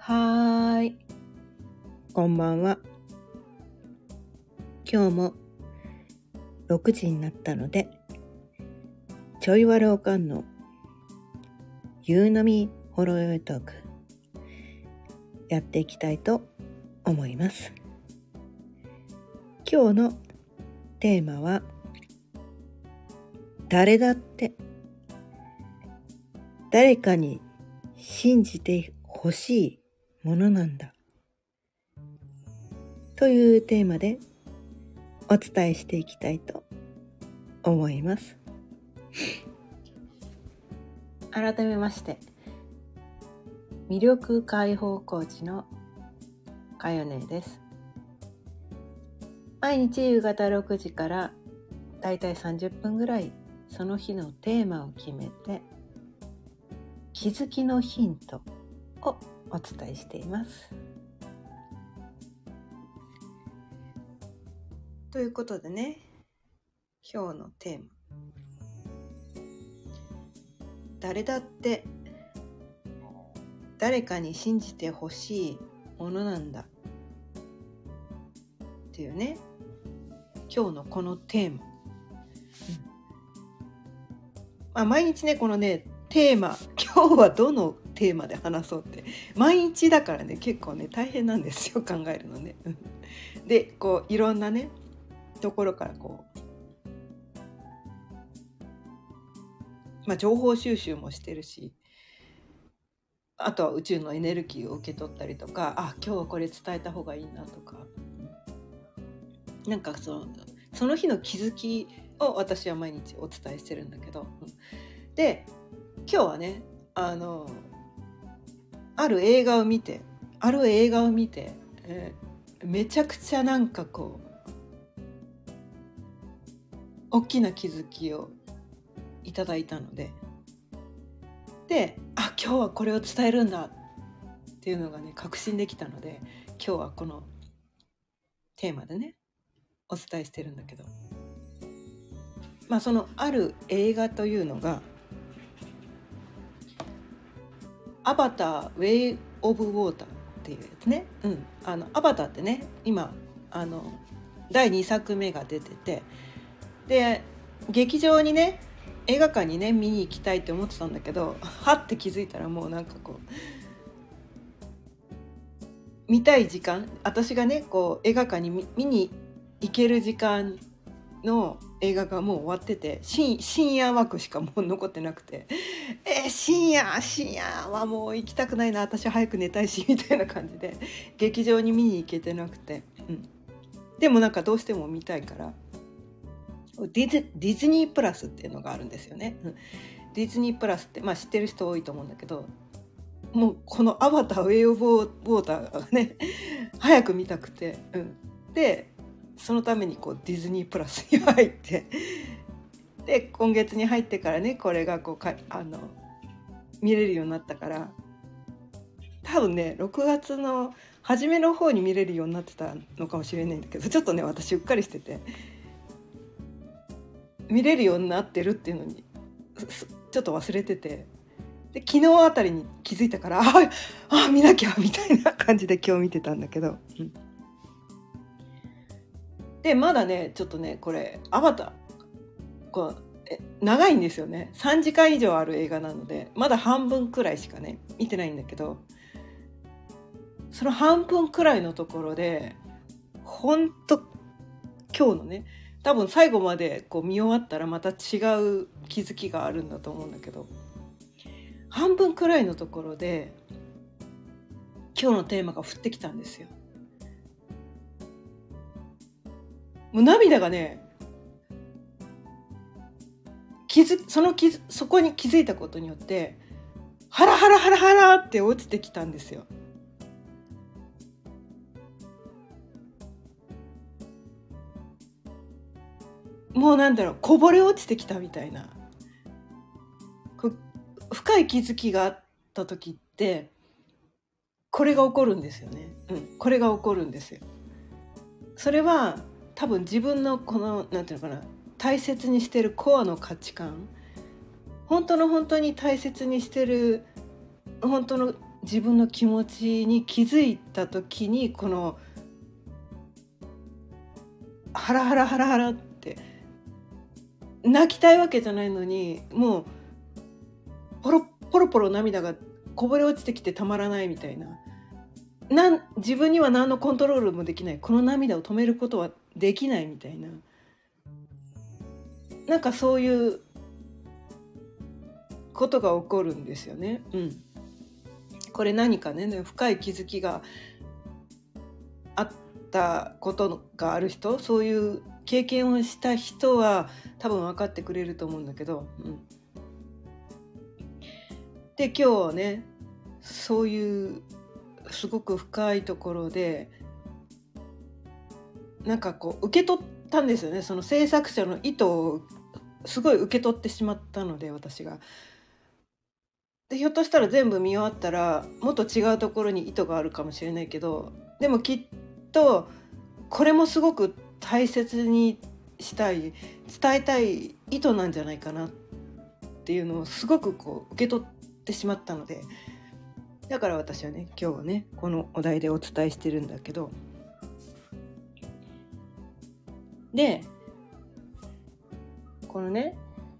はーい、こんばんは。今日も6時になったので、ちょいわるおかんの夕飲みほろよいトークやっていきたいと思います。今日のテーマは、誰だって誰かに信じてほしいものなんだというテーマでお伝えしていきたいと思います。改めまして、魅力解放コーチのかよねです。毎日夕方6時からだいたい30分ぐらいその日のテーマを決めて気づきのヒントをお伝えしています。ということでね、今日のテーマ、誰だって誰かに信じてほしいものなんだっていうね、今日のこのテーマ、毎日ねこのねテーマ、今日はどのテーマで話そうって毎日だからね、結構ね大変なんですよ、考えるのね。でこういろんなねところからこう、情報収集もしてるし、あとは宇宙のエネルギーを受け取ったりとか、今日はこれ伝えた方がいいなとか、なんかその日の気づきを私は毎日お伝えしてるんだけど、で今日はねある映画を見て、めちゃくちゃなんかこう大きな気づきをいただいたので、今日はこれを伝えるんだっていうのがね確信できたので、今日はこのテーマでねお伝えしてるんだけど、そのある映画というのがアバターウェイオブウォーターっていうやつね。アバターってね今第2作目が出てて、で劇場にね映画館にね見に行きたいって思ってたんだけど、はって気づいたらもうなんかこう見たい時間、私がねこう映画館に 見に行ける時間の映画がもう終わってて、深夜枠しかもう残ってなくて、深夜はもう行きたくないな、私は早く寝たいしみたいな感じで劇場に見に行けてなくて、でもなんかどうしても見たいからディズニープラスっていうのがあるんですよね。ディズニープラスって、知ってる人多いと思うんだけど、もうこのアバターウェイオブウォーターがね早く見たくて、でそのためにこうディズニープラスに入って、で今月に入ってからねこれがこう見れるようになったから、多分ね6月の初めの方に見れるようになってたのかもしれないんだけど、ちょっとね私うっかりしてて見れるようになってるっていうのにちょっと忘れてて、で昨日あたりに気づいたから見なきゃみたいな感じで今日見てたんだけど、でまだねちょっとねこれアバターこう長いんですよね。3時間以上ある映画なのでまだ半分くらいしかね見てないんだけど、その半分くらいのところでほんと今日のね多分最後までこう見終わったらまた違う気づきがあるんだと思うんだけど、半分くらいのところで今日のテーマが降ってきたんですよ。もう涙がねそこに気づいたことによってハラハラハラハラって落ちてきたんですよ。もうなんだろう、こぼれ落ちてきたみたいな、深い気づきがあった時ってこれが起こるんですよね。これが起こるんですよ。それは多分自分のこのなんていうのかな、大切にしてるコアの価値観、本当に大切にしてる本当の自分の気持ちに気づいた時に、このハラハラハラハラって泣きたいわけじゃないのに、もうポロポロ涙がこぼれ落ちてきてたまらないみたいな、自分には何のコントロールもできない、この涙を止めることはできないみたいな、なんかそういうことが起こるんですよね。これ何かね、深い気づきがあったことがある人、そういう経験をした人は多分分かってくれると思うんだけど、で今日はね、そういうすごく深いところでなんかこう受け取ったんですよね。その制作者の意図をすごい受け取ってしまったので、私が。でひょっとしたら全部見終わったらもっと違うところに意図があるかもしれないけど、でもきっとこれもすごく大切にしたい、伝えたい意図なんじゃないかなっていうのをすごくこう受け取ってしまったので、だから私はね、今日はねこのお題でお伝えしてるんだけど、でこのね、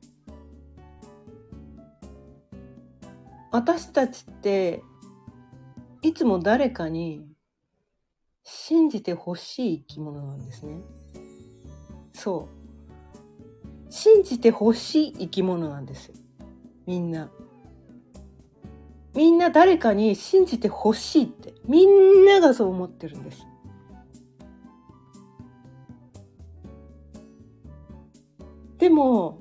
私たちっていつも誰かに信じてほしい生き物なんですね。そう、信じてほしい生き物なんですよ。みんな誰かに信じてほしいって、みんながそう思ってるんです。でも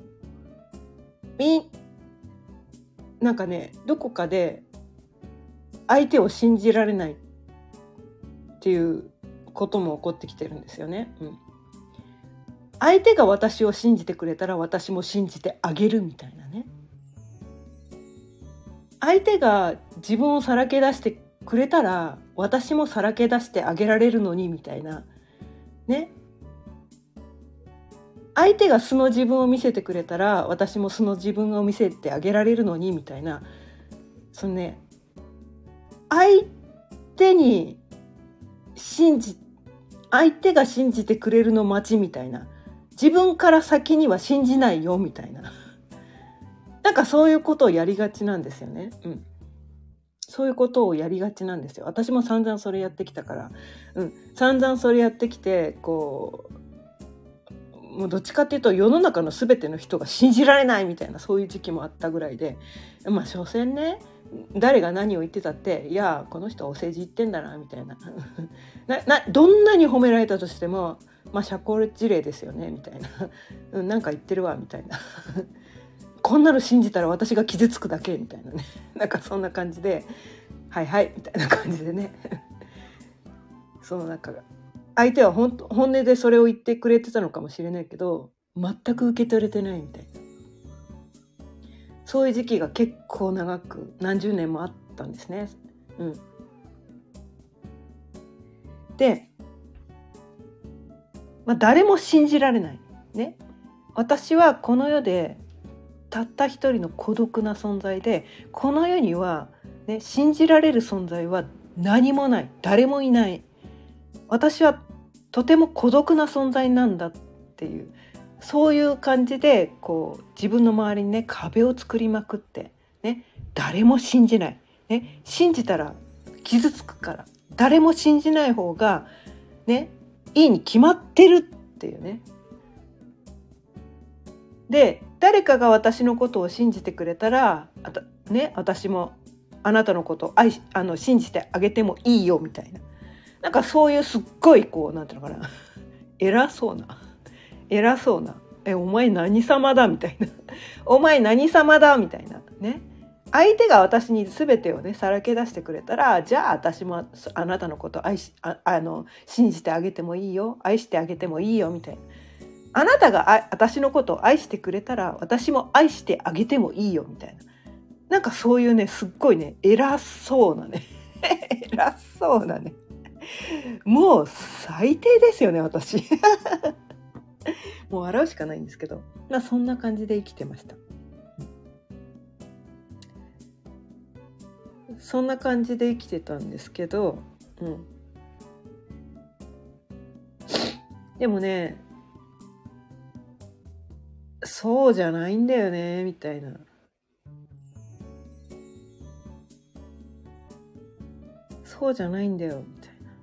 なんかね、どこかで相手を信じられないっていうことも起こってきてるんですよね。相手が私を信じてくれたら私も信じてあげるみたいなね。相手が自分をさらけ出してくれたら私もさらけ出してあげられるのにみたいなね。相手が素の自分を見せてくれたら私も素の自分を見せてあげられるのにみたいな、そのね、相手が信じてくれるの待ちみたいな、自分から先には信じないよみたいな、なんかそういうことをやりがちなんですよね。そういうことをやりがちなんですよ。私も散々それやってきたから、散々それやってきて、こうもうどっちかっていうと世の中の全ての人が信じられないみたいな、そういう時期もあったぐらいで、所詮ね、誰が何を言ってたって、いやこの人はお世辞言ってんだなみたいなどんなに褒められたとしても、社交辞令ですよねみたいななんか言ってるわみたいなこんなの信じたら私が傷つくだけみたいなねなんかそんな感じで、はいはいみたいな感じでねその中が相手は本音でそれを言ってくれてたのかもしれないけど、全く受け取れてないみたいな、そういう時期が結構長く何十年もあったんですね。で、誰も信じられないね。私はこの世でたった一人の孤独な存在で、この世には、信じられる存在は何もない、誰もいない。私はとても孤独な存在なんだっていう、そういう感じでこう自分の周りにね壁を作りまくってね、誰も信じない、信じたら傷つくから誰も信じない方がねいいに決まってるっていうね。で誰かが私のことを信じてくれたら私もあなたのことを信じてあげてもいいよみたいな、なんかそういうすっごいこうなんていうのかな偉そうなお前何様だみたいなお前何様だみたいなね。相手が私に全てをねさらけ出してくれたら、じゃあ私もあなたのことを信じてあげてもいいよ、愛してあげてもいいよみたいな。あなたが私のことを愛してくれたら私も愛してあげてもいいよみたいな、なんかそういうねすっごいね偉そうなね偉そうなね、もう最低ですよね私もう笑うしかないんですけど、そんな感じで生きてました。 そんな感じで生きてたんですけど、でもね、そうじゃないんだよねみたいな、そうじゃないんだよみたいな、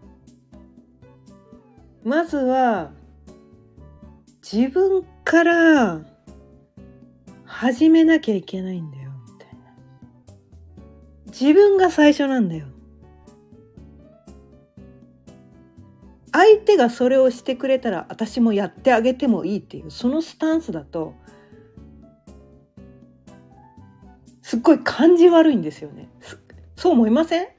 まずは自分から始めなきゃいけないんだよみたいな、自分が最初なんだよ。相手がそれをしてくれたら私もやってあげてもいいっていう、そのスタンスだとすっごい感じ悪いんですよね。そう思いません？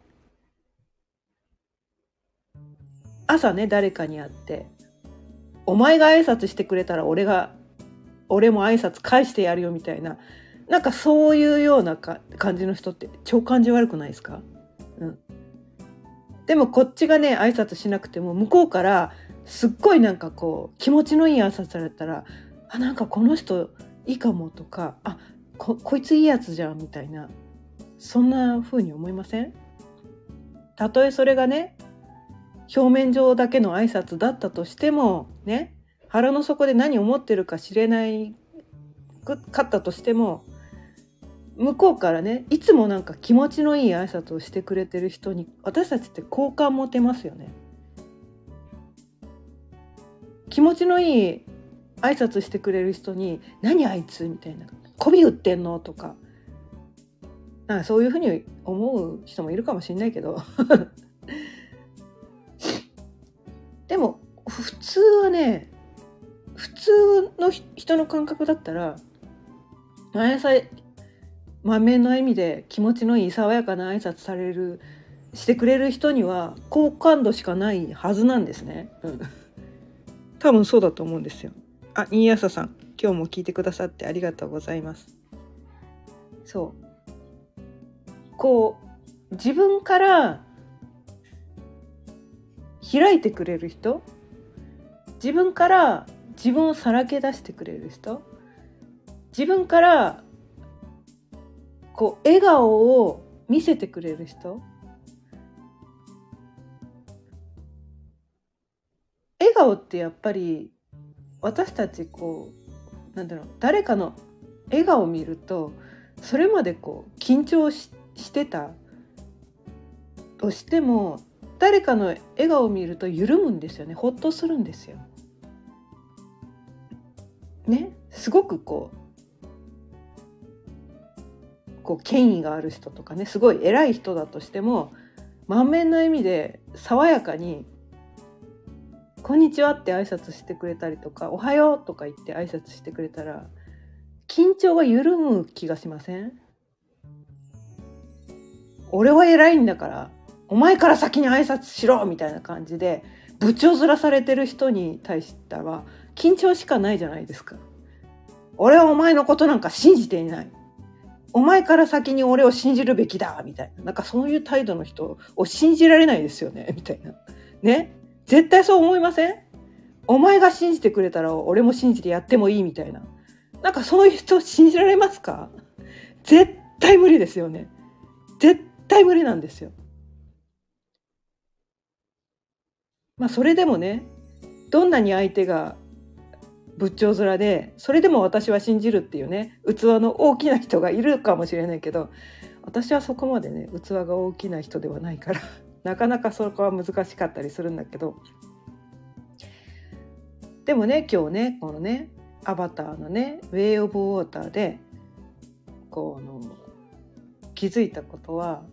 朝ね、誰かに会ってお前が挨拶してくれたら俺も挨拶返してやるよみたいな、なんかそういうような感じの人って超感じ悪くないですか？でもこっちがね挨拶しなくても向こうからすっごいなんかこう気持ちのいい挨拶されたら、なんかこの人いいかもとか、こいついいやつじゃんみたいな、そんな風に思いません？たとえそれがね表面上だけの挨拶だったとしてもね、腹の底で何を思ってるか知れないかったとしても、向こうからねいつもなんか気持ちのいい挨拶をしてくれてる人に私たちって好感持てますよね。気持ちのいい挨拶してくれる人に何あいつみたいな、媚び売ってんのとか、なんかそういうふうに思う人もいるかもしれないけどでも普通はね、普通の人の感覚だったら毎朝満面の笑みで気持ちのいい爽やかな挨拶してくれる人には好感度しかないはずなんですね、多分そうだと思うんですよ。新朝さん、今日も聞いてくださってありがとうございます。こう自分から開いてくれる人、自分から自分をさらけ出してくれる人、自分からこう笑顔を見せてくれる人、笑顔ってやっぱり私たち誰かの笑顔を見ると、それまでこう緊張してたとしても誰かの笑顔を見ると緩むんですよね。ほっとするんですよね。すごくこう権威がある人とかね、すごい偉い人だとしても満面の笑みで爽やかにこんにちはって挨拶してくれたりとか、おはようとか言って挨拶してくれたら緊張が緩む気がしません？俺は偉いんだからお前から先に挨拶しろみたいな感じで部長面されてる人に対しては緊張しかないじゃないですか。俺はお前のことなんか信じていない、お前から先に俺を信じるべきだみたいな、なんかそういう態度の人を信じられないですよねみたいなね。絶対そう思いません？お前が信じてくれたら俺も信じてやってもいいみたいな、なんかそういう人信じられますか？絶対無理ですよね。絶対無理なんですよ。それでもね、どんなに相手が仏頂面でそれでも私は信じるっていうね器の大きな人がいるかもしれないけど、私はそこまでね器が大きな人ではないからなかなかそこは難しかったりするんだけど、でもね今日ねこのねアバターのねウェイオブウォーターで気づいたことは、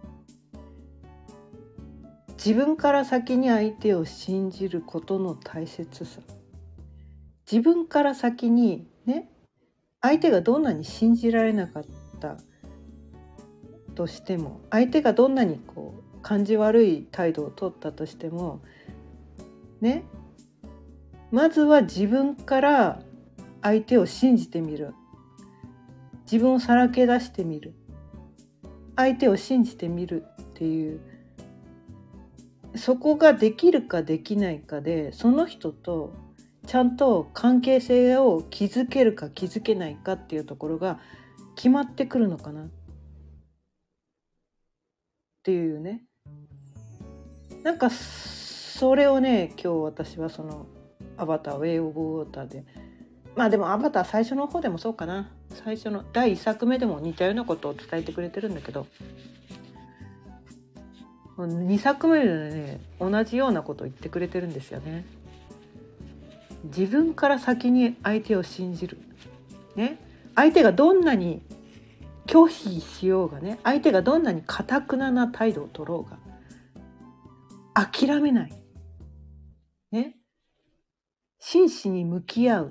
自分から先に相手を信じることの大切さ。自分から先にね、相手がどんなに信じられなかったとしても、相手がどんなに感じ悪い態度を取ったとしてもね、まずは自分から相手を信じてみる、自分をさらけ出してみる、相手を信じてみるっていう、そこができるかできないかでその人とちゃんと関係性を築けるか築けないかっていうところが決まってくるのかな。 ていうね、なんかそれをね今日私はそのアバターウェイ・オブ・ウォーターで、まあでもアバター最初の方でもそうかな、最初の第1作目でも似たようなことを伝えてくれてるんだけど、2作目でね同じようなことを言ってくれてるんですよね。自分から先に相手を信じる、ね、相手がどんなに拒否しようがね、相手がどんなに頑くなな態度を取ろうが諦めない、ね、真摯に向き合う、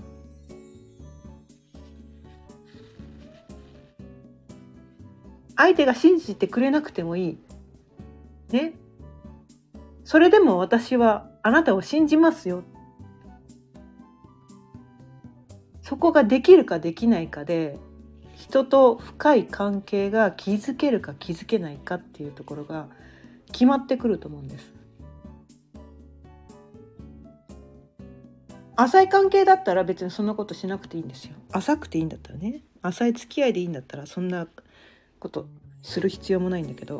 相手が信じてくれなくてもいい、ね、それでも私はあなたを信じますよ。そこができるかできないかで人と深い関係が築けるか築けないかっていうところが決まってくると思うんです。浅い関係だったら別にそんなことしなくていいんですよ。浅くていいんだったらね、浅い付き合いでいいんだったらそんなことする必要もないんだけど、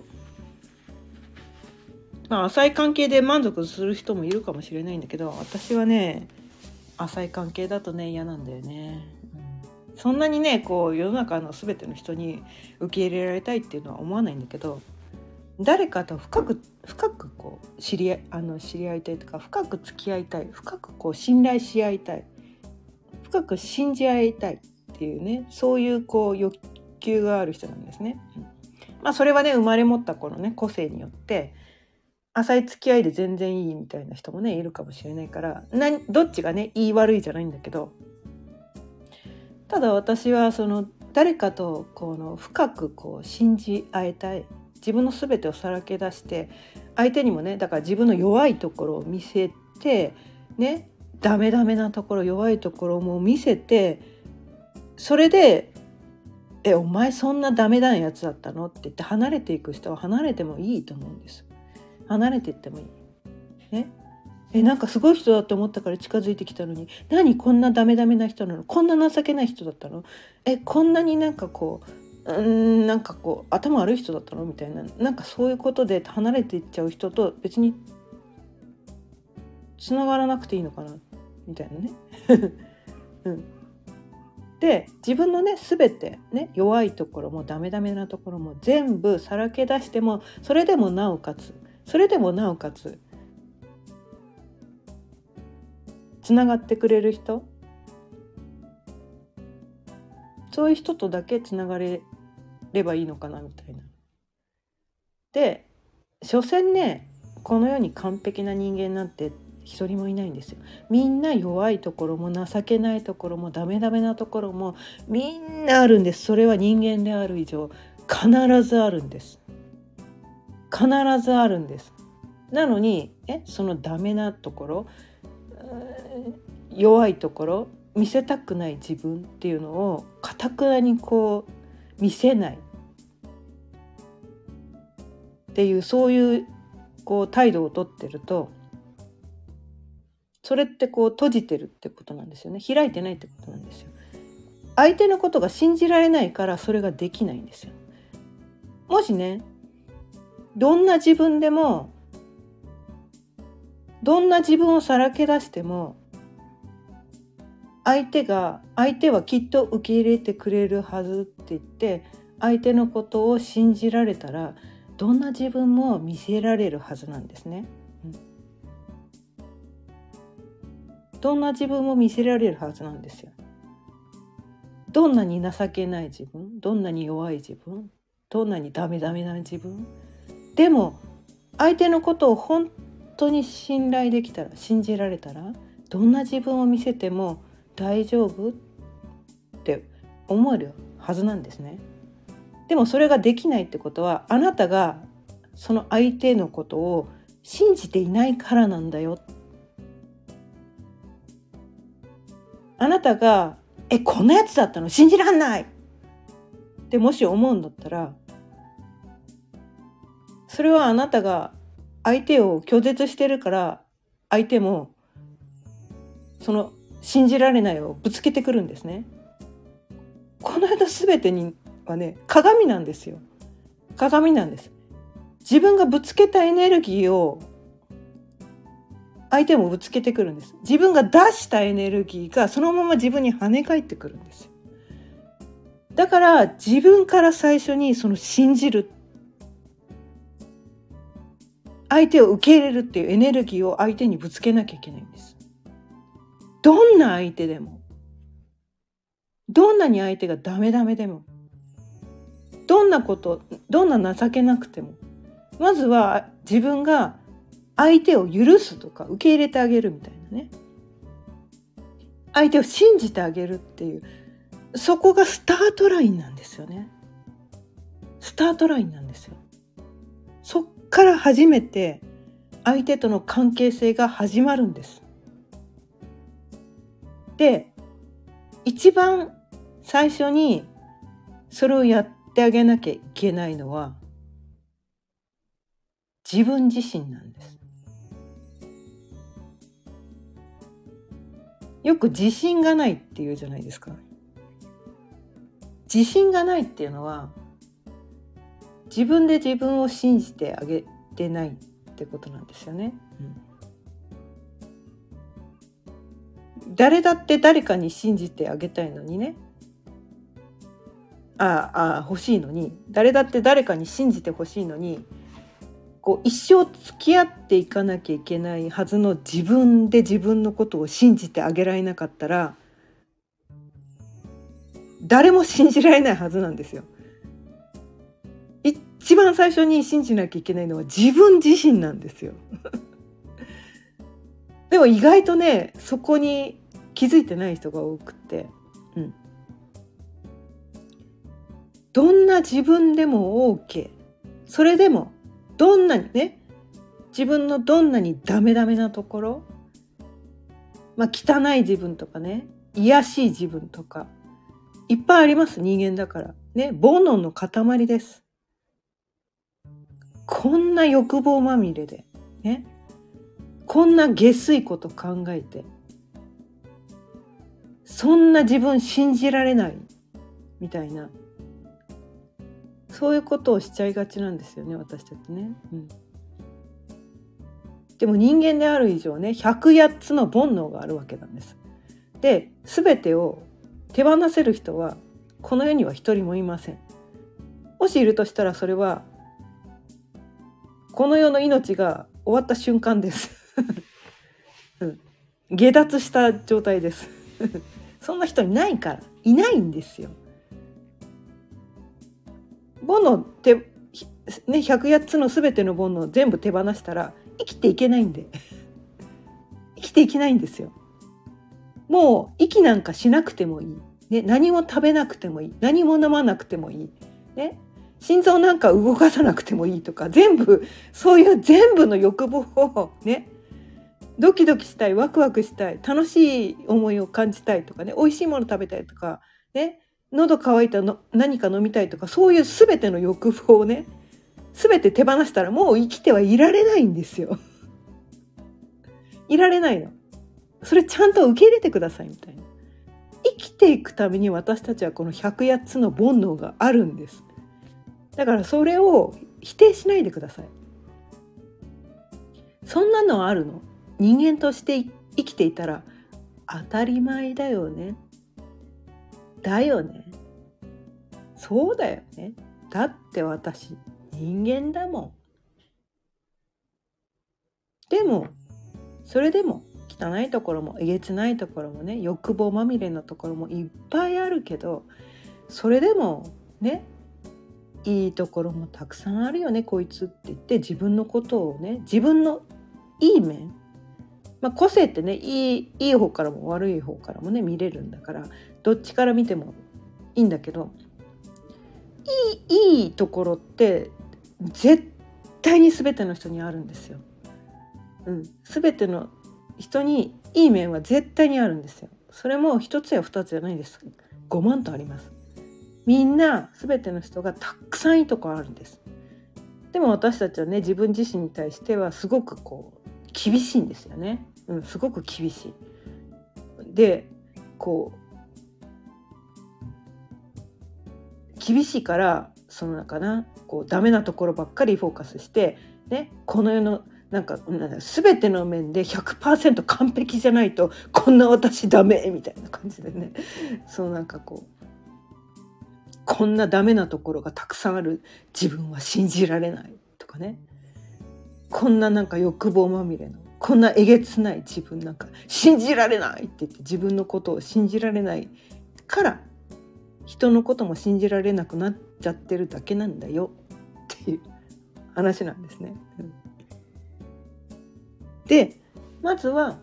まあ浅い関係で満足する人もいるかもしれないんだけど、私はね浅い関係だとね嫌なんだよね、そんなにねこう世の中の全ての人に受け入れられたいっていうのは思わないんだけど、誰かと深くこう知り合いたいとか、深く付き合いたい、深くこう信頼し合いたい、深く信じ合いたいっていうね、そういうこう欲求がある人なんですね、まあそれはね生まれ持ったこのね個性によって浅い付き合いで全然いいみたいな人もねいるかもしれないから、どっちがねいい悪いじゃないんだけど、ただ私はその誰かとこの深くこう信じ合えたい、自分の全てをさらけ出して相手にもね、だから自分の弱いところを見せてね、ダメなところ弱いところも見せて、それでお前そんなダメなやつだったのって言って離れていく人は離れてもいいと思うんです。離れていってもいいね。なんかすごい人だって思ったから近づいてきたのに、何こんなダメな人なの、こんな情けない人だったの、こんなになんかこうなんかこう頭悪い人だったのみたいな、なんかそういうことで離れていっちゃう人と別につながらなくていいのかなみたいなね、で自分のね全てね弱いところもダメなところも全部さらけ出しても、それでもなおかつつながってくれる人、そういう人とだけつながれればいいのかなみたいな。で所詮ねこの世に完璧な人間なんて一人もいないんですよ。みんな弱いところも情けないところもダメなところもみんなあるんです。それは人間である以上必ずあるんです。必ずあるんです。なのにそのダメなところ、弱いところ、見せたくない自分っていうのを堅くなにこう見せないっていう、そういうこう態度をとってると、それってこう閉じてるってことなんですよね。開いてないってことなんですよ。相手のことが信じられないからそれができないんですよ。もしね、どんな自分でもどんな自分をさらけ出しても相手はきっと受け入れてくれるはずって言って相手のことを信じられたら、どんな自分も見せられるはずなんですね、どんな自分も見せられるはずなんですよ。どんなに情けない自分、どんなに弱い自分、どんなにダメな自分でも相手のことを本当に信頼できたら、信じられたら、どんな自分を見せても大丈夫って思えるはずなんですね。でもそれができないってことは、あなたがその相手のことを信じていないからなんだよ。あなたがこんなやつだったの信じらんないってもし思うんだったら、それはあなたが相手を拒絶してるから、相手もその信じられないをぶつけてくるんですね。この間全てにはね鏡なんですよ。鏡なんです。 自分がぶつけたエネルギーを相手もぶつけてくるんです。自分が出したエネルギーがそのまま自分に跳ね返ってくるんですよ。だから自分から最初にその信じる、相手を受け入れるっていうエネルギーを相手にぶつけなきゃいけないんです。どんな相手でも、どんなに相手がダメでも、どんな情けなくても、まずは自分が相手を許すとか受け入れてあげるみたいなね、相手を信じてあげるっていう、そこがスタートラインなんですよね。スタートラインなんですよ。そっから初めて相手との関係性が始まるんです。で、一番最初にそれをやってあげなきゃいけないのは自分自身なんです。よく自信がないっていうじゃないですか。自信がないっていうのは自分で自分を信じてあげてないってことなんですよね。誰だって誰かに信じてあげたいのにね、欲しいのに、誰だって誰かに信じてほしいのに、こう一生付き合っていかなきゃいけないはずの自分で自分のことを信じてあげられなかったら、誰も信じられないはずなんですよ。一番最初に信じなきゃいけないのは自分自身なんですよ。でも意外とね、そこに気づいてない人が多くて、どんな自分でも OK。それでもどんなにね、自分のどんなにダメなところ、汚い自分とかね、卑しい自分とかいっぱいあります。人間だからね、煩悩の塊です。こんな欲望まみれでね、こんな下水こと考えて、そんな自分信じられないみたいな、そういうことをしちゃいがちなんですよね、私たちね。でも人間である以上ね、108つの煩悩があるわけなんです。で、全てを手放せる人はこの世には一人もいません。もしいるとしたらそれはこの世の命が終わった瞬間です。下脱した状態です。そんな人いないから、いないんですよ。煩悩ってね、108つの全ての煩悩を全部手放したら生きていけないんで生きていけないんですよ。もう息なんかしなくてもいい、ね、何も食べなくてもいい、何も飲まなくてもいい、ね、心臓なんか動かさなくてもいいとか、全部そういう全部の欲望をね、ドキドキしたい、ワクワクしたい、楽しい思いを感じたいとかね、美味しいもの食べたいとかね、喉乾いたの何か飲みたいとか、そういう全ての欲望をね、全て手放したらもう生きてはいられないんですよ。いられないの。それちゃんと受け入れてくださいみたいな。生きていくために私たちはこの108つの煩悩があるんです。だからそれを否定しないでください。そんなのあるの。人間として生きていたら当たり前だよね。だよね。そうだよね。だって私人間だもん。でもそれでも汚いところもえげつないところもね、欲望まみれのところもいっぱいあるけど、それでもね、いいところもたくさんあるよねこいつって言って、自分のことをね、自分のいい面、個性ってね、いい方からも悪い方からもね見れるんだから、どっちから見てもいいんだけど、いいところって絶対に全ての人にあるんですよ。全ての人にいい面は絶対にあるんですよ。それも一つや二つじゃないです。5万とあります。みんな全ての人がたくさんいいところあるんです。でも私たちはね、自分自身に対してはすごくこう厳しいんですよね。すごく厳しい。で、こう厳しいからその中なこうダメなところばっかりフォーカスして、ね、この世のなんか全ての面で 100% 完璧じゃないとこんな私ダメみたいな感じでね、そうなんかこうこんなダメなところがたくさんある自分は信じられないとかね、こんななんか欲望まみれのこんなえげつない自分なんか信じられないって言って自分のことを信じられないから人のことも信じられなくなっちゃってるだけなんだよっていう話なんですね。で、まずは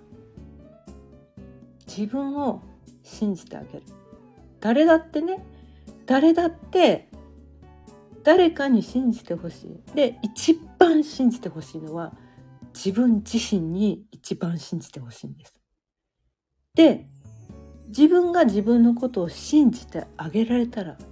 自分を信じてあげる。誰だってね、誰だって誰かに信じてほしい。で、一番信じてほしいのは自分自身に一番信じてほしいんです。で、自分が自分のことを信じてあげられたら、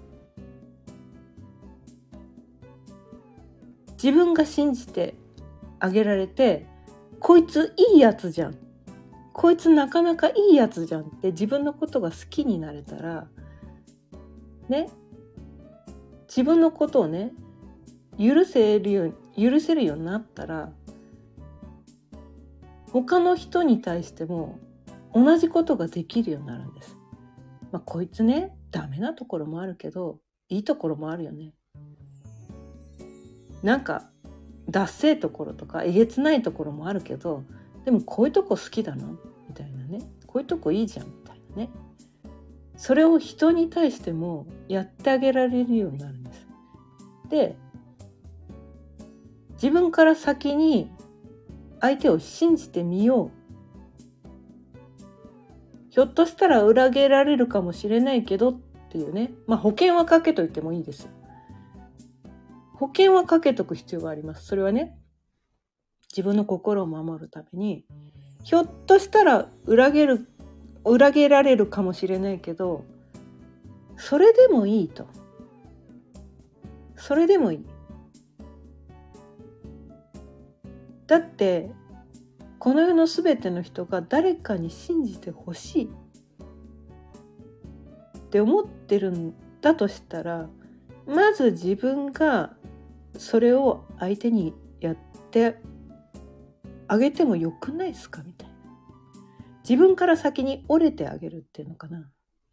自分が信じてあげられて、こいついいやつじゃん、こいつなかなかいいやつじゃんって自分のことが好きになれたらね、自分のことをね許せるようになったら、他の人に対しても同じことができるようになるんです。こいつねダメなところもあるけどいいところもあるよね。なんかダッセーところとかえげつないところもあるけど、でもこういうとこ好きだなみたいなね、こういうとこいいじゃんみたいなね、それを人に対してもやってあげられるようになるんです。で、自分から先に相手を信じてみよう。ひょっとしたら裏切られるかもしれないけどっていうね、保険はかけといてもいいです。保険はかけとく必要があります。それはね、自分の心を守るために、ひょっとしたら裏切られるかもしれないけど、それでもいいと。それでもいい。だってこの世のすべての人が誰かに信じてほしいって思ってるんだとしたら、まず自分がそれを相手にやってあげてもよくないですかみたいな。自分から先に折れてあげるっていうのかな。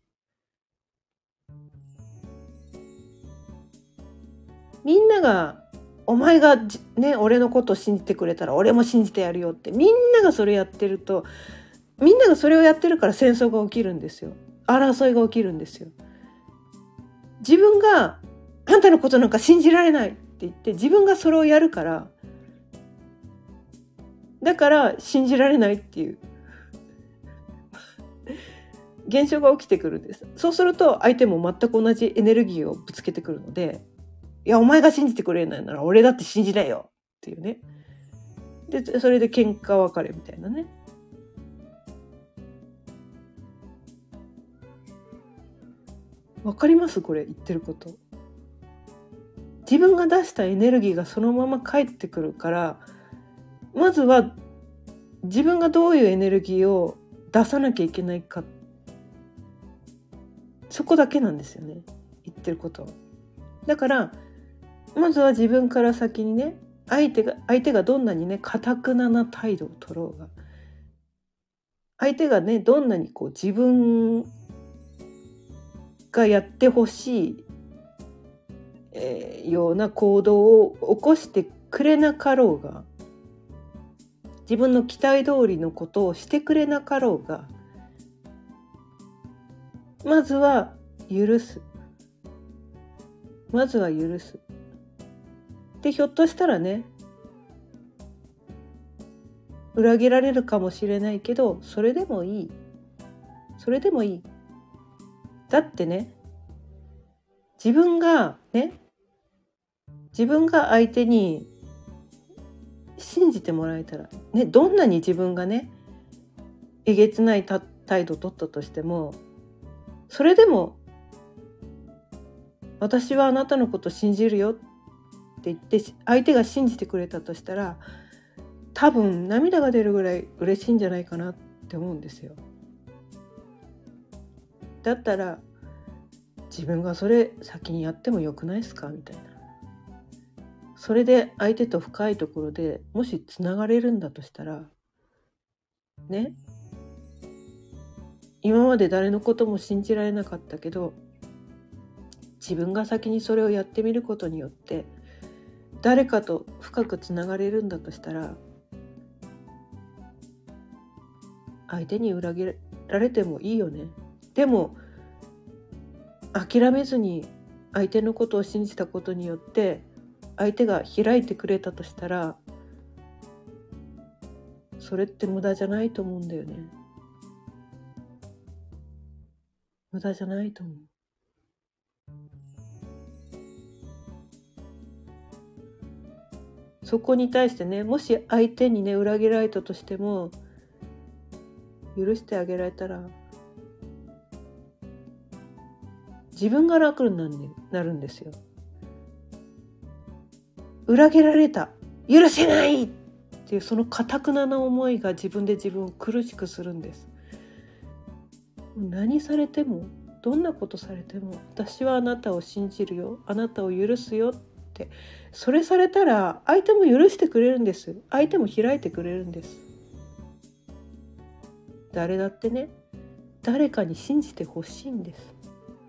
みんながお前がね俺のことを信じてくれたら俺も信じてやるよって、みんながそれやってると、みんながそれをやってるから戦争が起きるんですよ。争いが起きるんですよ。自分があんたのことなんか信じられないって言って自分がそれをやるから、だから信じられないっていう現象が起きてくるんです。そうすると相手も全く同じエネルギーをぶつけてくるので、いやお前が信じてくれないなら俺だって信じないよっていうね。でそれで喧嘩別れみたいなね。わかりますこれ言ってること。自分が出したエネルギーがそのまま返ってくるから、まずは自分がどういうエネルギーを出さなきゃいけないか、そこだけなんですよね言ってることは。だからまずは自分から先にね、相手がどんなにね堅くなな態度を取ろうが、相手がねどんなにこう自分がやってほしい、ような行動を起こしてくれなかろうが、自分の期待通りのことをしてくれなかろうが、まずは許す。まずは許す。で、ひょっとしたらね、裏切られるかもしれないけど、それでもいい。それでもいい。だってね、自分が相手に信じてもらえたら、ね、どんなに自分がね、えげつない態度を取ったとしても、それでも私はあなたのこと信じるよって言って相手が信じてくれたとしたら、多分涙が出るぐらい嬉しいんじゃないかなって思うんですよ。だったら自分がそれ先にやってもよくないですかみたいな。それで相手と深いところでもしつながれるんだとしたらね、今まで誰のことも信じられなかったけど、自分が先にそれをやってみることによって誰かと深くつながれるんだとしたら、相手に裏切られてもいいよね。でも諦めずに相手のことを信じたことによって相手が開いてくれたとしたら、それって無駄じゃないと思うんだよね。無駄じゃないと思う。そこに対してね、もし相手にね裏切られたとしても許してあげられたら、自分が楽になるんですよ。裏切られた、許せないっていうその堅くなな思いが自分で自分を苦しくするんです。何されても、どんなことされても、私はあなたを信じるよ、あなたを許すよって、それされたら相手も許してくれるんです。相手も開いてくれるんです。誰だってね、誰かに信じてほしいんです。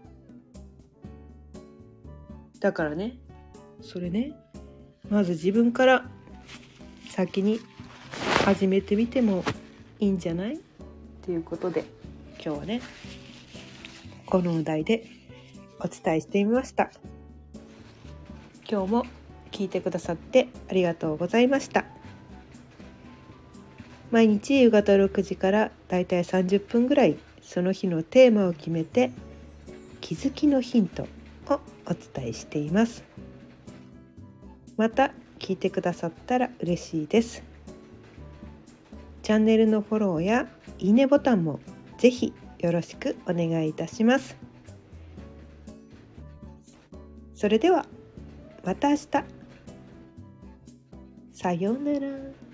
だからね、それね、まず自分から先に始めてみてもいいんじゃないっていうことで、今日はねこのお題でお伝えしてみました。今日も聞いてくださってありがとうございました。毎日夕方6時からだいたい30分ぐらい、その日のテーマを決めて気づきのヒントをお伝えしています。また聞いてくださったら嬉しいです。チャンネルのフォローやいいねボタンもぜひよろしくお願いいたします。それではまた明日。さようなら。